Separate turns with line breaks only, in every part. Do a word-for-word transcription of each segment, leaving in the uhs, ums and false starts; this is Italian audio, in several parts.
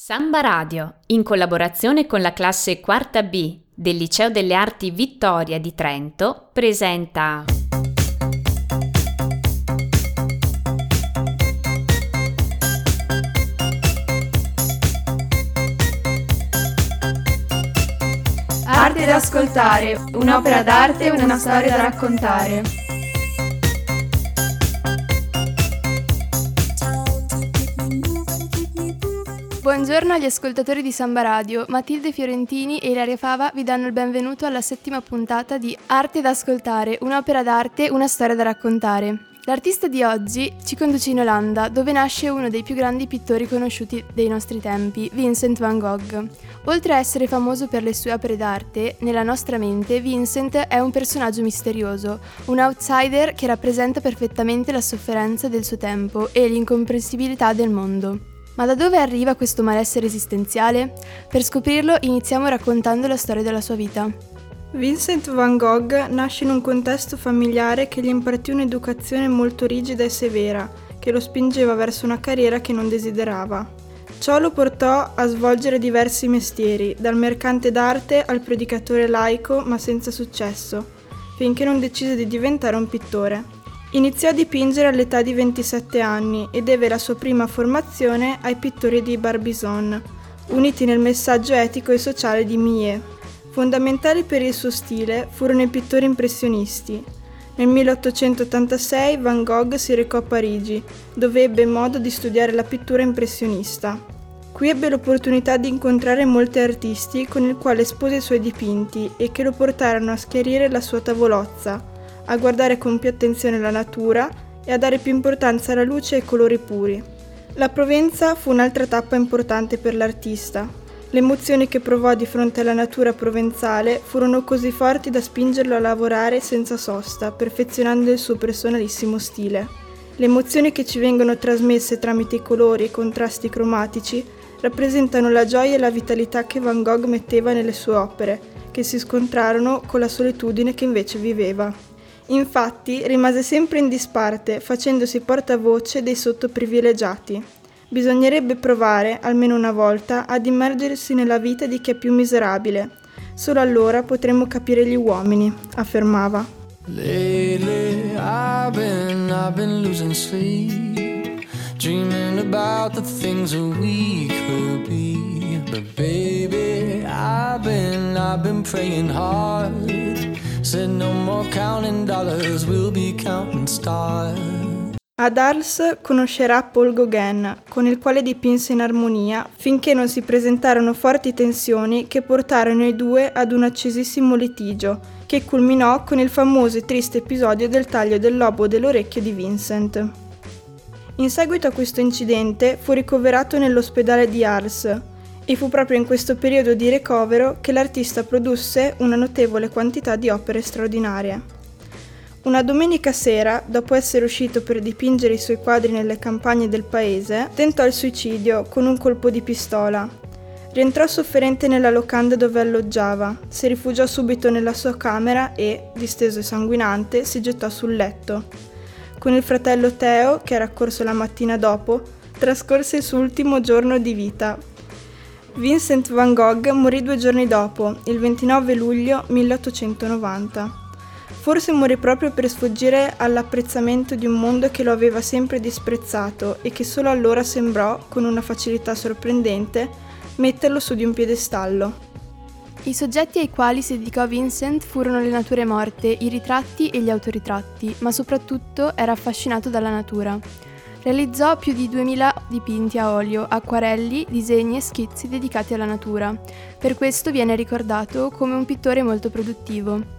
Samba Radio, in collaborazione con la classe quarta B del Liceo delle Arti Vittoria di Trento, presenta
Arte da ascoltare, un'opera d'arte e una storia da raccontare. Buongiorno agli ascoltatori di Samba Radio. Matilde Fiorentini e Ilaria Fava vi danno il benvenuto alla settima puntata di Arte da ascoltare, un'opera d'arte, una storia da raccontare. L'artista di oggi ci conduce in Olanda, dove nasce uno dei più grandi pittori conosciuti dei nostri tempi, Vincent van Gogh. Oltre a essere famoso per le sue opere d'arte, nella nostra mente Vincent è un personaggio misterioso, un outsider che rappresenta perfettamente la sofferenza del suo tempo e l'incomprensibilità del mondo. Ma da dove arriva questo malessere esistenziale? Per scoprirlo iniziamo raccontando la storia della sua vita.
Vincent van Gogh nasce in un contesto familiare che gli impartì un'educazione molto rigida e severa, che lo spingeva verso una carriera che non desiderava. Ciò lo portò a svolgere diversi mestieri, dal mercante d'arte al predicatore laico, ma senza successo, finché non decise di diventare un pittore. Iniziò a dipingere all'età di ventisette anni e deve la sua prima formazione ai pittori di Barbizon, uniti nel messaggio etico e sociale di Millet. Fondamentali per il suo stile furono i pittori impressionisti. Nel milleottocentottantasei Van Gogh si recò a Parigi, dove ebbe modo di studiare la pittura impressionista. Qui ebbe l'opportunità di incontrare molti artisti con il quale espose i suoi dipinti e che lo portarono a schiarire la sua tavolozza, a guardare con più attenzione la natura e a dare più importanza alla luce e ai colori puri. La Provenza fu un'altra tappa importante per l'artista. Le emozioni che provò di fronte alla natura provenzale furono così forti da spingerlo a lavorare senza sosta, perfezionando il suo personalissimo stile. Le emozioni che ci vengono trasmesse tramite i colori e i contrasti cromatici rappresentano la gioia e la vitalità che Van Gogh metteva nelle sue opere, che si scontrarono con la solitudine che invece viveva. Infatti rimase sempre in disparte, facendosi portavoce dei sottoprivilegiati. Bisognerebbe provare, almeno una volta, ad immergersi nella vita di chi è più miserabile. Solo allora potremo capire gli uomini, affermava.
Lately I've been, I've been losing sleep, dreaming about the things that we could be. But baby, I've been, I've been praying hard. Said no more counting dollars, we'll be counting stars.
Ad Arles conoscerà Paul Gauguin, con il quale dipinse in armonia, finché non si presentarono forti tensioni che portarono i due ad un accesissimo litigio, che culminò con il famoso e triste episodio del taglio del lobo dell'orecchio di Vincent. In seguito a questo incidente fu ricoverato nell'ospedale di Arles, e fu proprio in questo periodo di ricovero che l'artista produsse una notevole quantità di opere straordinarie. Una domenica sera, dopo essere uscito per dipingere i suoi quadri nelle campagne del paese, tentò il suicidio con un colpo di pistola. Rientrò sofferente nella locanda dove alloggiava, si rifugiò subito nella sua camera e, disteso e sanguinante, si gettò sul letto. Con il fratello Theo, che era accorso la mattina dopo, trascorse il suo ultimo giorno di vita. Vincent van Gogh morì due giorni dopo, il ventinove luglio milleottocentonovanta. Forse morì proprio per sfuggire all'apprezzamento di un mondo che lo aveva sempre disprezzato e che solo allora sembrò, con una facilità sorprendente, metterlo su di un piedestallo.
I soggetti ai quali si dedicò Vincent furono le nature morte, i ritratti e gli autoritratti, ma soprattutto era affascinato dalla natura. Realizzò più di duemila dipinti a olio, acquarelli, disegni e schizzi dedicati alla natura. Per questo viene ricordato come un pittore molto produttivo.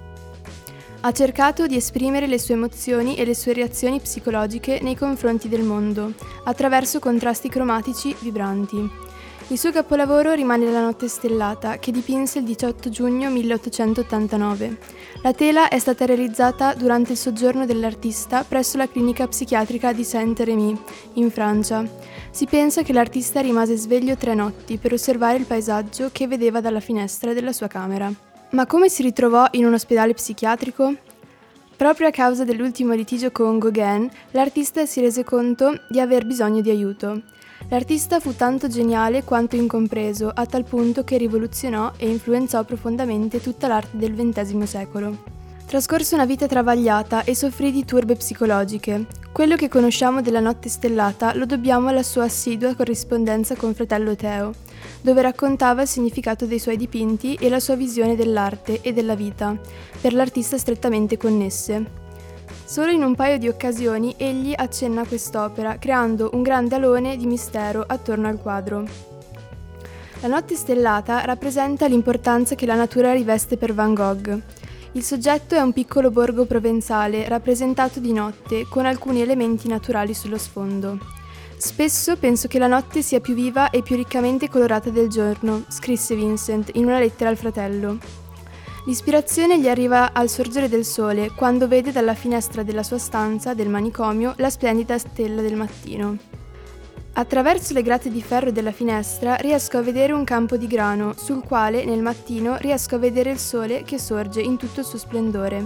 Ha cercato di esprimere le sue emozioni e le sue reazioni psicologiche nei confronti del mondo, attraverso contrasti cromatici vibranti. Il suo capolavoro rimane La notte stellata, che dipinse il diciotto giugno milleottocentottantanove. La tela è stata realizzata durante il soggiorno dell'artista presso la clinica psichiatrica di Saint-Rémy, in Francia. Si pensa che l'artista rimase sveglio tre notti per osservare il paesaggio che vedeva dalla finestra della sua camera. Ma come si ritrovò in un ospedale psichiatrico? Proprio a causa dell'ultimo litigio con Gauguin, l'artista si rese conto di aver bisogno di aiuto. L'artista fu tanto geniale quanto incompreso, a tal punto che rivoluzionò e influenzò profondamente tutta l'arte del ventesimo secolo. Trascorse una vita travagliata e soffrì di turbe psicologiche. Quello che conosciamo della Notte Stellata lo dobbiamo alla sua assidua corrispondenza con fratello Teo, dove raccontava il significato dei suoi dipinti e la sua visione dell'arte e della vita, per l'artista strettamente connesse. Solo in un paio di occasioni egli accenna a quest'opera, creando un grande alone di mistero attorno al quadro. La Notte Stellata rappresenta l'importanza che la natura riveste per Van Gogh. Il soggetto è un piccolo borgo provenzale rappresentato di notte, con alcuni elementi naturali sullo sfondo. Spesso penso che la notte sia più viva e più riccamente colorata del giorno, scrisse Vincent in una lettera al fratello. L'ispirazione gli arriva al sorgere del sole, quando vede dalla finestra della sua stanza, del manicomio, la splendida stella del mattino. Attraverso le grate di ferro della finestra riesco a vedere un campo di grano, sul quale, nel mattino, riesco a vedere il sole che sorge in tutto il suo splendore.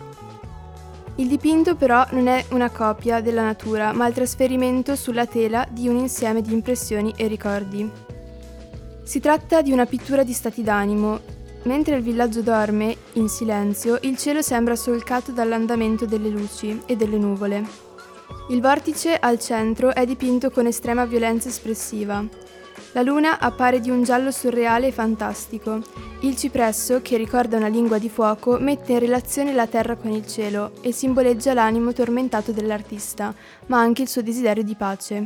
Il dipinto però non è una copia della natura, ma il trasferimento sulla tela di un insieme di impressioni e ricordi. Si tratta di una pittura di stati d'animo. Mentre il villaggio dorme, in silenzio, il cielo sembra solcato dall'andamento delle luci e delle nuvole. Il vortice al centro è dipinto con estrema violenza espressiva. La luna appare di un giallo surreale e fantastico. Il cipresso, che ricorda una lingua di fuoco, mette in relazione la terra con il cielo e simboleggia l'animo tormentato dell'artista, ma anche il suo desiderio di pace.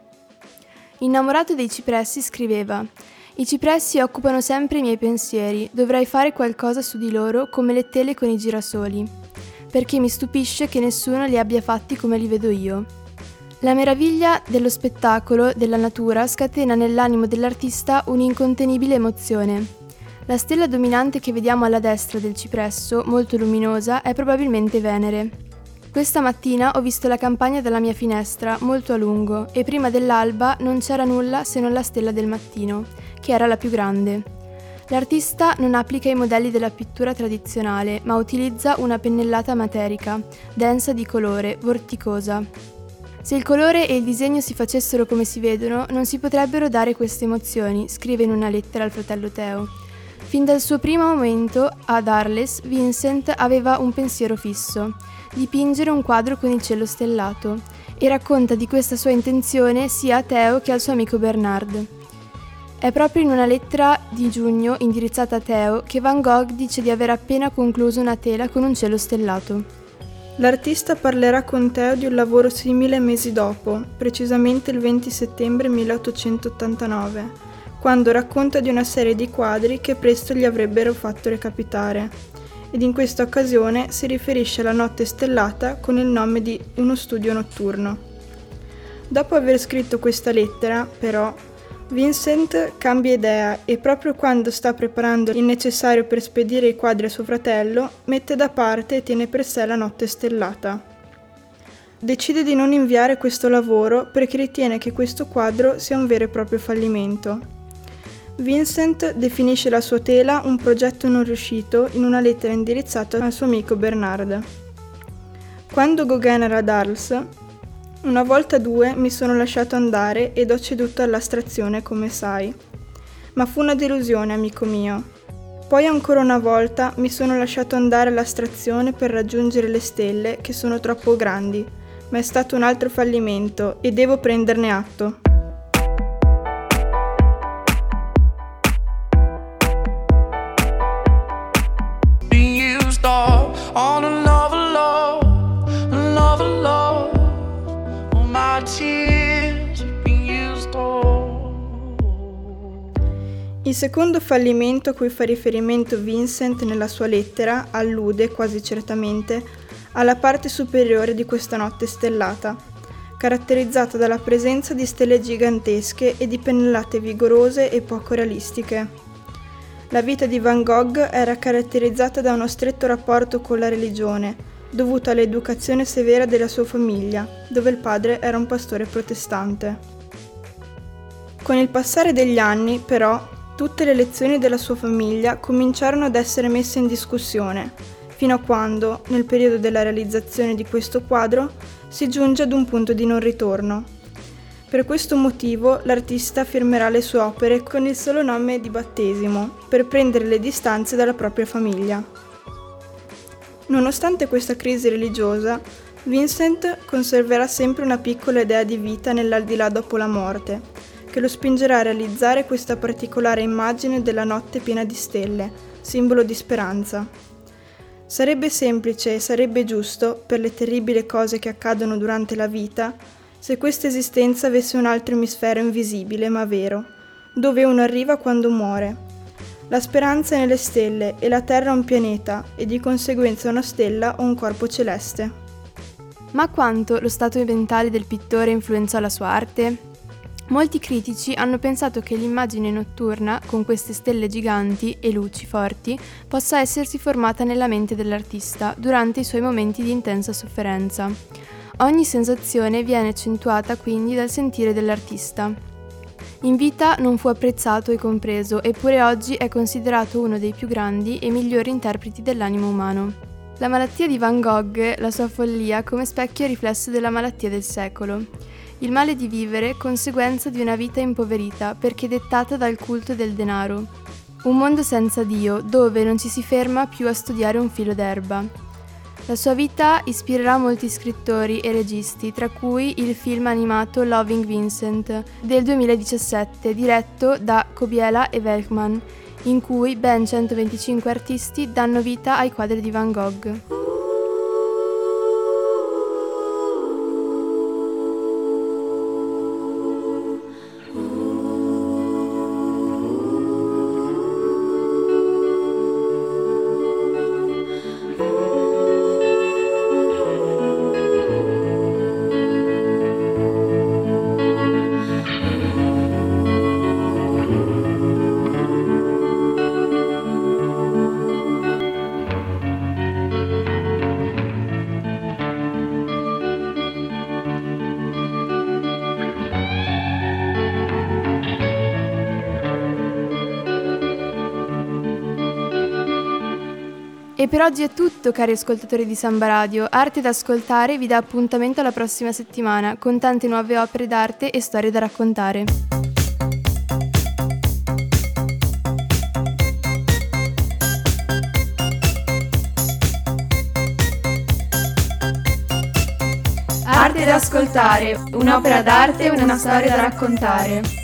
Innamorato dei cipressi, scriveva: «I cipressi occupano sempre i miei pensieri, dovrei fare qualcosa su di loro come le tele con i girasoli, perché mi stupisce che nessuno li abbia fatti come li vedo io». La meraviglia dello spettacolo della natura scatena nell'animo dell'artista un'incontenibile emozione. La stella dominante che vediamo alla destra del cipresso, molto luminosa, è probabilmente Venere. Questa mattina ho visto la campagna dalla mia finestra, molto a lungo, e prima dell'alba non c'era nulla se non la stella del mattino, che era la più grande. L'artista non applica i modelli della pittura tradizionale, ma utilizza una pennellata materica, densa di colore, vorticosa. Se il colore e il disegno si facessero come si vedono, non si potrebbero dare queste emozioni, scrive in una lettera al fratello Teo. Fin dal suo primo momento ad Arles, Vincent aveva un pensiero fisso: dipingere un quadro con il cielo stellato, e racconta di questa sua intenzione sia a Teo che al suo amico Bernard. È proprio in una lettera di giugno indirizzata a Teo che Van Gogh dice di aver appena concluso una tela con un cielo stellato.
L'artista parlerà con Teo di un lavoro simile mesi dopo, precisamente il venti settembre milleottocentottantanove, quando racconta di una serie di quadri che presto gli avrebbero fatto recapitare, ed in questa occasione si riferisce alla Notte Stellata con il nome di Uno studio notturno. Dopo aver scritto questa lettera, però, Vincent cambia idea e proprio quando sta preparando il necessario per spedire i quadri a suo fratello, mette da parte e tiene per sé la Notte Stellata. Decide di non inviare questo lavoro perché ritiene che questo quadro sia un vero e proprio fallimento. Vincent definisce la sua tela un progetto non riuscito in una lettera indirizzata al suo amico Bernard. Quando Gauguin era ad Arles, una volta due mi sono lasciato andare ed ho ceduto all'astrazione, come sai. Ma fu una delusione, amico mio. Poi ancora una volta mi sono lasciato andare all'astrazione per raggiungere le stelle, che sono troppo grandi, ma è stato un altro fallimento e devo prenderne atto. Il secondo fallimento a cui fa riferimento Vincent nella sua lettera allude, quasi certamente, alla parte superiore di questa notte stellata, caratterizzata dalla presenza di stelle gigantesche e di pennellate vigorose e poco realistiche. La vita di Van Gogh era caratterizzata da uno stretto rapporto con la religione, dovuto all'educazione severa della sua famiglia, dove il padre era un pastore protestante. Con il passare degli anni, però, tutte le lezioni della sua famiglia cominciarono ad essere messe in discussione, fino a quando, nel periodo della realizzazione di questo quadro, si giunge ad un punto di non ritorno. Per questo motivo l'artista firmerà le sue opere con il solo nome di battesimo, per prendere le distanze dalla propria famiglia. Nonostante questa crisi religiosa, Vincent conserverà sempre una piccola idea di vita nell'aldilà dopo la morte, che lo spingerà a realizzare questa particolare immagine della notte piena di stelle, simbolo di speranza. Sarebbe semplice e sarebbe giusto, per le terribili cose che accadono durante la vita, se questa esistenza avesse un altro emisfero invisibile ma vero, dove uno arriva quando muore. La speranza è nelle stelle e la Terra è un pianeta e di conseguenza una stella o un corpo celeste.
Ma quanto lo stato mentale del pittore influenzò la sua arte? Molti critici hanno pensato che l'immagine notturna, con queste stelle giganti e luci forti, possa essersi formata nella mente dell'artista durante i suoi momenti di intensa sofferenza. Ogni sensazione viene accentuata quindi dal sentire dell'artista. In vita non fu apprezzato e compreso, eppure oggi è considerato uno dei più grandi e migliori interpreti dell'animo umano. La malattia di Van Gogh, la sua follia, come specchio e riflesso della malattia del secolo. Il male di vivere, conseguenza di una vita impoverita, perché dettata dal culto del denaro. Un mondo senza Dio, dove non ci si ferma più a studiare un filo d'erba. La sua vita ispirerà molti scrittori e registi, tra cui il film animato Loving Vincent del duemiladiciassette, diretto da Kobiela e Welkman, in cui ben centoventicinque artisti danno vita ai quadri di Van Gogh. E per oggi è tutto, cari ascoltatori di Samba Radio. Arte da ascoltare vi dà appuntamento alla prossima settimana con tante nuove opere d'arte e storie da raccontare. Arte da ascoltare, un'opera d'arte e una storia da raccontare.